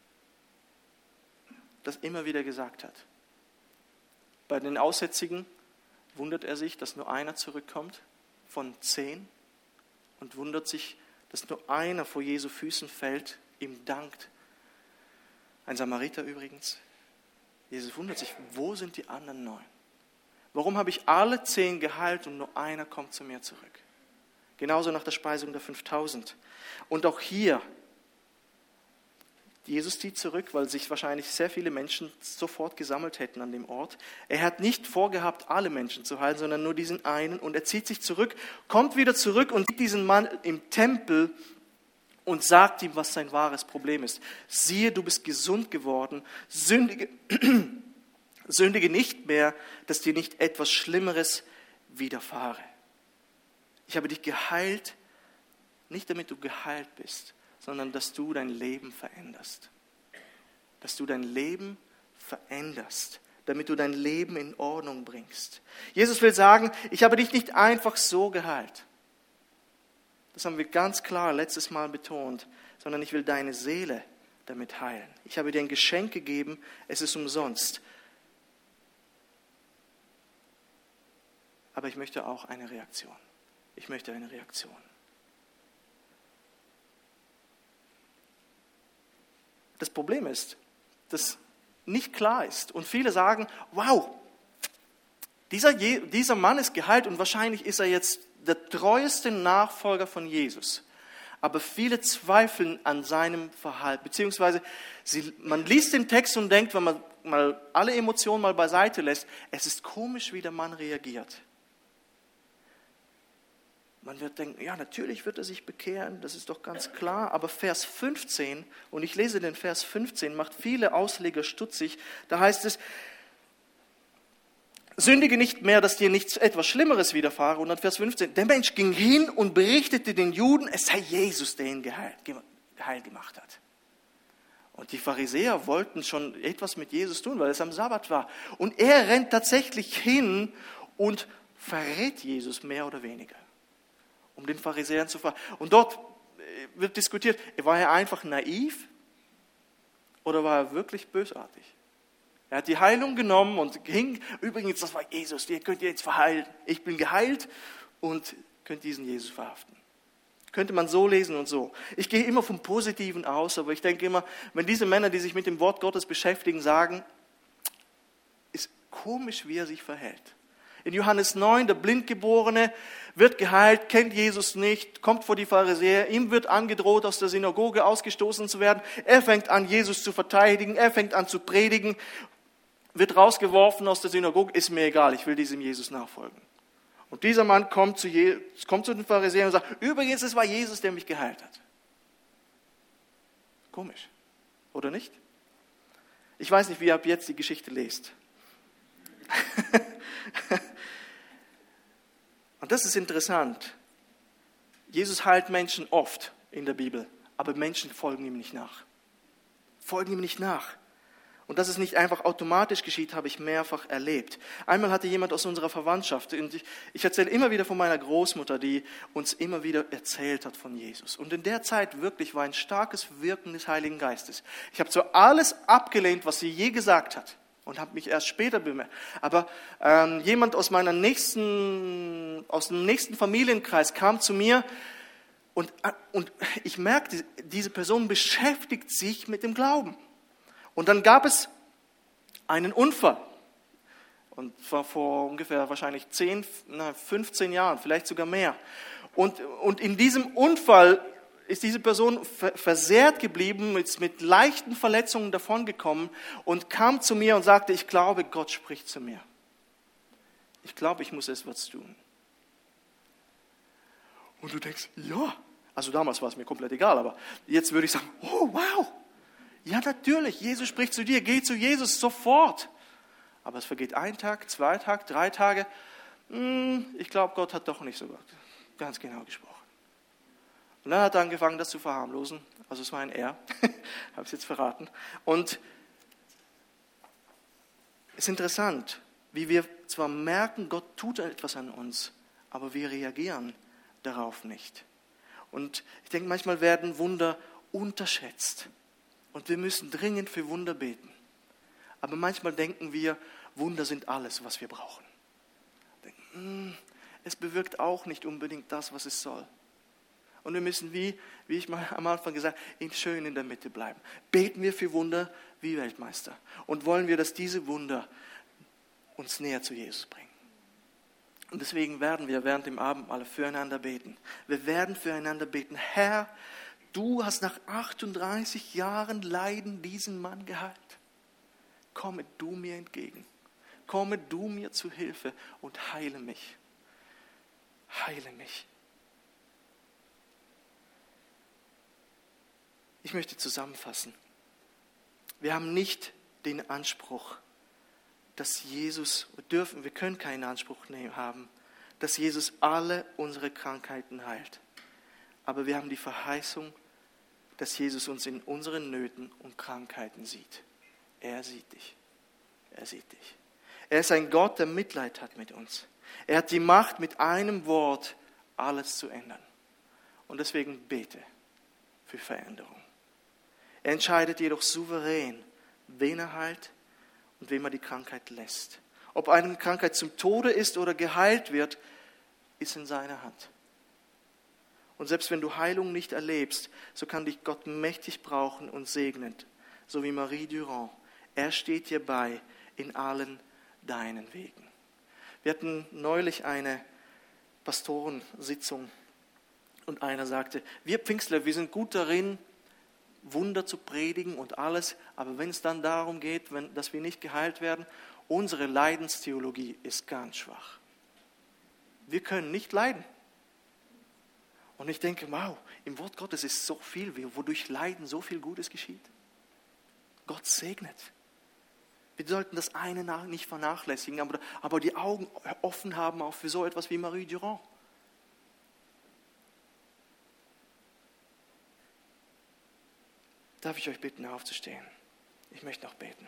das immer wieder gesagt hat. Bei den Aussätzigen wundert er sich, dass nur einer zurückkommt von 10 und wundert sich, dass nur einer vor Jesu Füßen fällt, ihm dankt. Ein Samariter übrigens. Jesus wundert sich, wo sind die anderen 9? Warum habe ich alle 10 geheilt und nur einer kommt zu mir zurück? Genauso nach der Speisung der 5000. Und auch hier, Jesus zieht zurück, weil sich wahrscheinlich sehr viele Menschen sofort gesammelt hätten an dem Ort. Er hat nicht vorgehabt, alle Menschen zu heilen, sondern nur diesen einen. Und er zieht sich zurück, kommt wieder zurück und sieht diesen Mann im Tempel und sagt ihm, was sein wahres Problem ist. Siehe, du bist gesund geworden, sündige nicht mehr, dass dir nicht etwas Schlimmeres widerfahre. Ich habe dich geheilt, nicht damit du geheilt bist, sondern dass du dein Leben veränderst. Dass du dein Leben veränderst, damit du dein Leben in Ordnung bringst. Jesus will sagen, ich habe dich nicht einfach so geheilt. Das haben wir ganz klar letztes Mal betont, sondern ich will deine Seele damit heilen. Ich habe dir ein Geschenk gegeben, es ist umsonst. Aber ich möchte auch eine Reaktion. Das Problem ist, dass nicht klar ist. Und viele sagen, wow, dieser Mann ist geheilt und wahrscheinlich ist er jetzt der treueste Nachfolger von Jesus. Aber viele zweifeln an seinem Verhalten. Beziehungsweise man liest den Text und denkt, wenn man mal alle Emotionen mal beiseite lässt, es ist komisch, wie der Mann reagiert. Man wird denken, ja, natürlich wird er sich bekehren, das ist doch ganz klar. Aber Vers 15, und ich lese den Vers 15, macht viele Ausleger stutzig. Da heißt es, sündige nicht mehr, dass dir nichts etwas Schlimmeres widerfahre. Und dann Vers 15, der Mensch ging hin und berichtete den Juden, es sei Jesus, der ihn heil gemacht hat. Und die Pharisäer wollten schon etwas mit Jesus tun, weil es am Sabbat war. Und er rennt tatsächlich hin und verrät Jesus mehr oder weniger, um den Pharisäern zu fragen. Und dort wird diskutiert, war er einfach naiv oder war er wirklich bösartig? Er hat die Heilung genommen und ging, übrigens, das war Jesus, ihr könnt jetzt verheilen. Ich bin geheilt und könnt diesen Jesus verhaften. Könnte man so lesen und so. Ich gehe immer vom Positiven aus, aber ich denke immer, wenn diese Männer, die sich mit dem Wort Gottes beschäftigen, sagen, ist komisch, wie er sich verhält. In Johannes 9, der Blindgeborene wird geheilt, kennt Jesus nicht, kommt vor die Pharisäer, ihm wird angedroht, aus der Synagoge ausgestoßen zu werden. Er fängt an, Jesus zu verteidigen, er fängt an zu predigen, wird rausgeworfen aus der Synagoge, ist mir egal, ich will diesem Jesus nachfolgen. Und dieser Mann kommt zu den Pharisäern und sagt, übrigens, es war Jesus, der mich geheilt hat. Komisch, oder nicht? Ich weiß nicht, wie ihr ab jetzt die Geschichte lest. Und das ist interessant. Jesus heilt Menschen oft in der Bibel, aber Menschen folgen ihm nicht nach. Und dass es nicht einfach automatisch geschieht, habe ich mehrfach erlebt. Einmal hatte jemand aus unserer Verwandtschaft, und ich erzähle immer wieder von meiner Großmutter, die uns immer wieder erzählt hat von Jesus. Und in der Zeit wirklich war ein starkes Wirken des Heiligen Geistes. Ich habe zwar alles abgelehnt, was sie je gesagt hat, und habe mich erst später bemerkt. Aber jemand aus dem nächsten Familienkreis kam zu mir und ich merkte, diese Person beschäftigt sich mit dem Glauben. Und dann gab es einen Unfall. Und zwar vor ungefähr wahrscheinlich 15 Jahren, vielleicht sogar mehr. Und in diesem Unfall ist diese Person versehrt geblieben, mit leichten Verletzungen davongekommen und kam zu mir und sagte, ich glaube, Gott spricht zu mir. Ich glaube, ich muss etwas tun. Und du denkst, ja. Also damals war es mir komplett egal, aber jetzt würde ich sagen, oh wow. Ja, natürlich, Jesus spricht zu dir, geh zu Jesus sofort. Aber es vergeht 1 Tag, 2 Tage, 3 Tage. Ich glaube, Gott hat doch nicht so ganz genau gesprochen. Und dann hat er angefangen, das zu verharmlosen. Also es war ein Er, habe ich jetzt verraten. Und es ist interessant, wie wir zwar merken, Gott tut etwas an uns, aber wir reagieren darauf nicht. Und ich denke, manchmal werden Wunder unterschätzt. Und wir müssen dringend für Wunder beten. Aber manchmal denken wir, Wunder sind alles, was wir brauchen. Es bewirkt auch nicht unbedingt das, was es soll. Und wir müssen, wie ich mal am Anfang gesagt habe, schön in der Mitte bleiben. Beten wir für Wunder wie Weltmeister. Und wollen wir, dass diese Wunder uns näher zu Jesus bringen. Und deswegen werden wir während dem Abendmahl füreinander beten. Wir werden füreinander beten. Herr, du hast nach 38 Jahren Leiden diesen Mann geheilt. Komme du mir entgegen. Komme du mir zu Hilfe und heile mich. Heile mich. Ich möchte zusammenfassen. Wir haben nicht den Anspruch, dass wir können keinen Anspruch haben, dass Jesus alle unsere Krankheiten heilt. Aber wir haben die Verheißung, dass Jesus uns in unseren Nöten und Krankheiten sieht. Er sieht dich. Er sieht dich. Er ist ein Gott, der Mitleid hat mit uns. Er hat die Macht, mit einem Wort alles zu ändern. Und deswegen bete für Veränderung. Er entscheidet jedoch souverän, wen er heilt und wem er die Krankheit lässt. Ob eine Krankheit zum Tode ist oder geheilt wird, ist in seiner Hand. Und selbst wenn du Heilung nicht erlebst, so kann dich Gott mächtig brauchen und segnen, so wie Marie Durand. Er steht dir bei in allen deinen Wegen. Wir hatten neulich eine Pastorensitzung und einer sagte, wir Pfingstler, wir sind gut darin, Wunder zu predigen und alles, aber wenn es dann darum geht, dass wir nicht geheilt werden, unsere Leidenstheologie ist ganz schwach. Wir können nicht leiden. Und ich denke, wow, im Wort Gottes ist so viel, wodurch Leiden so viel Gutes geschieht. Gott segnet. Wir sollten das eine nicht vernachlässigen, aber die Augen offen haben auch für so etwas wie Marie Durand. Darf ich euch bitten, aufzustehen? Ich möchte noch beten.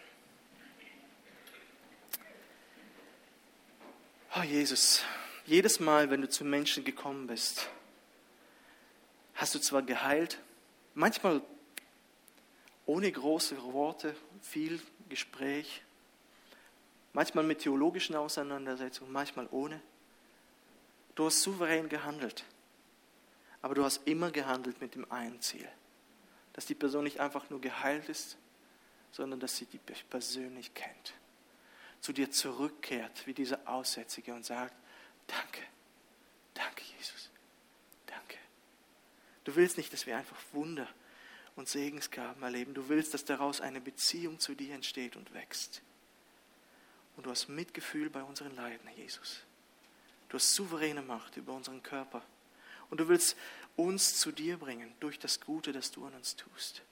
Oh Jesus, jedes Mal, wenn du zu Menschen gekommen bist, hast du zwar geheilt, manchmal ohne große Worte, viel Gespräch, manchmal mit theologischen Auseinandersetzungen, manchmal ohne. Du hast souverän gehandelt, aber du hast immer gehandelt mit dem einen Ziel, dass die Person nicht einfach nur geheilt ist, sondern dass sie dich persönlich kennt, zu dir zurückkehrt, wie dieser Aussätzige und sagt, danke, danke Jesus, danke. Du willst nicht, dass wir einfach Wunder und Segensgaben erleben. Du willst, dass daraus eine Beziehung zu dir entsteht und wächst. Und du hast Mitgefühl bei unseren Leiden, Jesus. Du hast souveräne Macht über unseren Körper. Und du willst uns zu dir bringen durch das Gute, das du an uns tust.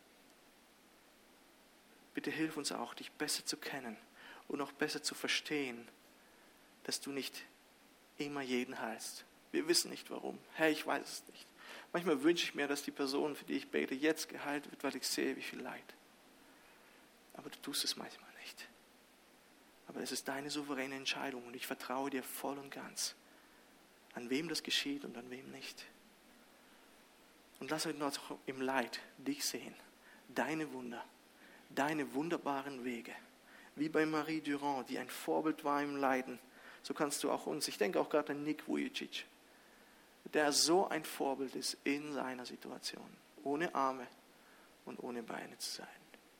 Bitte hilf uns auch, dich besser zu kennen und auch besser zu verstehen, dass du nicht immer jeden heilst. Wir wissen nicht warum. Herr, ich weiß es nicht. Manchmal wünsche ich mir, dass die Person, für die ich bete, jetzt geheilt wird, weil ich sehe, wie viel Leid. aber du tust es manchmal nicht. Aber es ist deine souveräne Entscheidung und ich vertraue dir voll und ganz, an wem das geschieht und an wem nicht. Und lass uns auch im Leid dich sehen, deine Wunder, deine wunderbaren Wege. Wie bei Marie Durand, die ein Vorbild war im Leiden, so kannst du auch uns, ich denke auch gerade an Nick Vujicic, der so ein Vorbild ist in seiner Situation, ohne Arme und ohne Beine zu sein.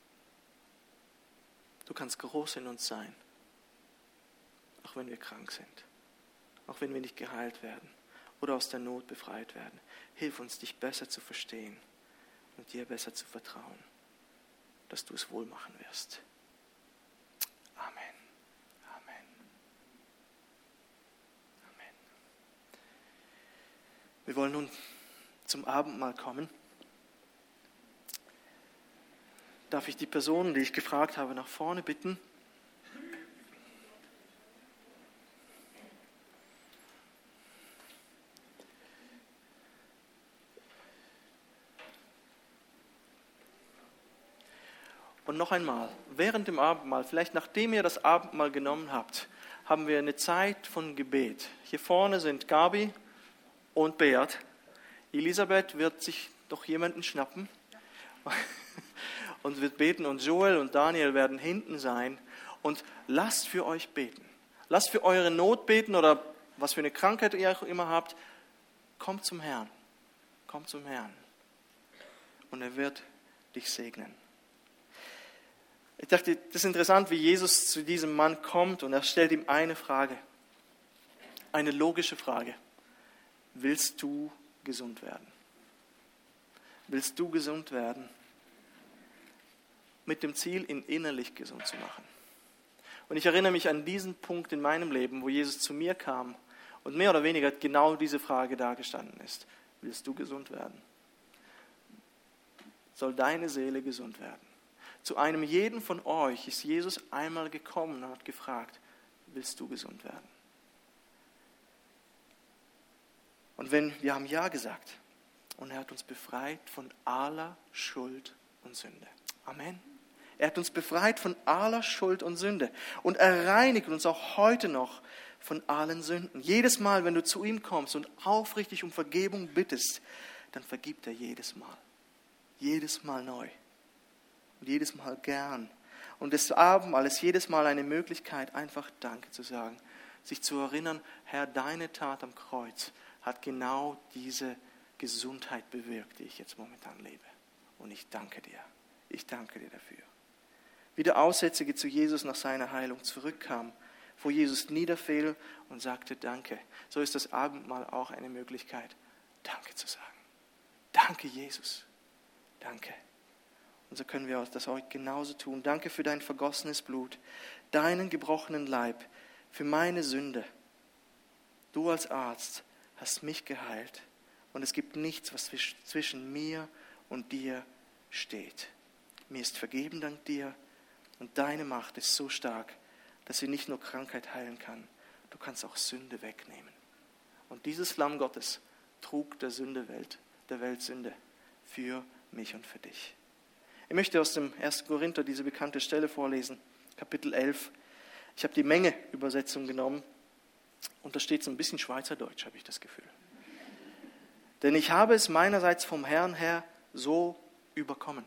Du kannst groß in uns sein, auch wenn wir krank sind, auch wenn wir nicht geheilt werden oder aus der Not befreit werden. Hilf uns, dich besser zu verstehen und dir besser zu vertrauen, dass du es wohl machen wirst. Amen. Amen. Amen. Wir wollen nun zum Abendmahl kommen. Darf ich die Personen, die ich gefragt habe, nach vorne bitten? Und noch einmal, während dem Abendmahl, vielleicht nachdem ihr das Abendmahl genommen habt, haben wir eine Zeit von Gebet. Hier vorne sind Gabi und Beat. Elisabeth wird sich doch jemanden schnappen und wird beten. Und Joel und Daniel werden hinten sein. Und lasst für euch beten. Lasst für eure Not beten oder was für eine Krankheit ihr auch immer habt. Kommt zum Herrn. Kommt zum Herrn. Und er wird dich segnen. Ich dachte, das ist interessant, wie Jesus zu diesem Mann kommt und er stellt ihm eine Frage. Eine logische Frage. Willst du gesund werden? Willst du gesund werden? Mit dem Ziel, ihn innerlich gesund zu machen. Und ich erinnere mich an diesen Punkt in meinem Leben, wo Jesus zu mir kam und mehr oder weniger genau diese Frage dargestanden ist. Willst du gesund werden? Soll deine Seele gesund werden? Zu einem jeden von euch ist Jesus einmal gekommen und hat gefragt, willst du gesund werden? Und wir haben Ja gesagt und er hat uns befreit von aller Schuld und Sünde. Amen. Er hat uns befreit von aller Schuld und Sünde und er reinigt uns auch heute noch von allen Sünden. Jedes Mal, wenn du zu ihm kommst und aufrichtig um Vergebung bittest, dann vergibt er jedes Mal. Jedes Mal neu. Und jedes Mal gern. Und das Abendmahl ist jedes Mal eine Möglichkeit, einfach Danke zu sagen. Sich zu erinnern, Herr, deine Tat am Kreuz hat genau diese Gesundheit bewirkt, die ich jetzt momentan lebe. Und ich danke dir. Ich danke dir dafür. Wie der Aussätzige zu Jesus nach seiner Heilung zurückkam, wo Jesus niederfiel und sagte Danke. So ist das Abendmahl auch eine Möglichkeit, Danke zu sagen. Danke, Jesus. Danke. Und so können wir das heute genauso tun. Danke für dein vergossenes Blut, deinen gebrochenen Leib, für meine Sünde. Du als Arzt hast mich geheilt und es gibt nichts, was zwischen mir und dir steht. Mir ist vergeben dank dir und deine Macht ist so stark, dass sie nicht nur Krankheit heilen kann, du kannst auch Sünde wegnehmen. Und dieses Lamm Gottes trug der Welt Sünde für mich und für dich. Ich möchte aus dem 1. Korinther diese bekannte Stelle vorlesen, Kapitel 11. Ich habe die Menge-Übersetzung genommen und da steht so ein bisschen Schweizerdeutsch, habe ich das Gefühl. Denn ich habe es meinerseits vom Herrn her so überkommen,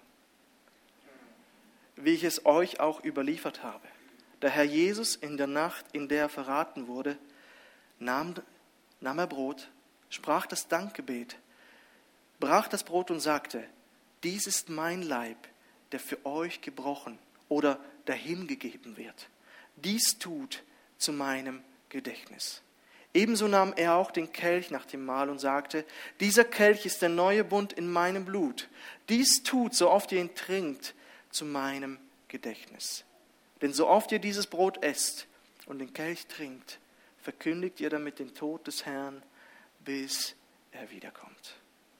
wie ich es euch auch überliefert habe. Der Herr Jesus in der Nacht, in der er verraten wurde, nahm er Brot, sprach das Dankgebet, brach das Brot und sagte, dies ist mein Leib, der für euch gebrochen oder dahingegeben wird. Dies tut zu meinem Gedächtnis. Ebenso nahm er auch den Kelch nach dem Mahl und sagte, dieser Kelch ist der neue Bund in meinem Blut. Dies tut, so oft ihr ihn trinkt, zu meinem Gedächtnis. Denn so oft ihr dieses Brot esst und den Kelch trinkt, verkündigt ihr damit den Tod des Herrn, bis er wiederkommt.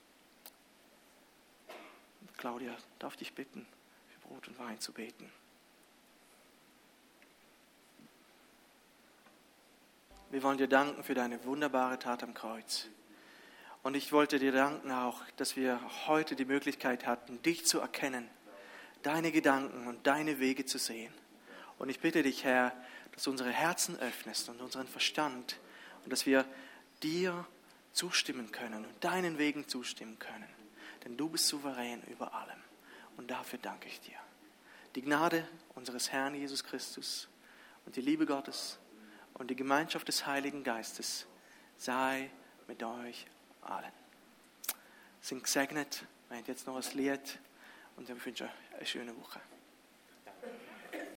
Claudia, darf ich dich bitten, für Brot und Wein zu beten. Wir wollen dir danken für deine wunderbare Tat am Kreuz. Und ich wollte dir danken auch, dass wir heute die Möglichkeit hatten, dich zu erkennen, deine Gedanken und deine Wege zu sehen. Und ich bitte dich, Herr, dass du unsere Herzen öffnest und unseren Verstand und dass wir dir zustimmen können und deinen Wegen zustimmen können. Denn du bist souverän über allem. Und dafür danke ich dir. Die Gnade unseres Herrn Jesus Christus und die Liebe Gottes und die Gemeinschaft des Heiligen Geistes sei mit euch allen. Sind gesegnet, wenn ihr jetzt noch was lehrt und ich wünsche euch eine schöne Woche.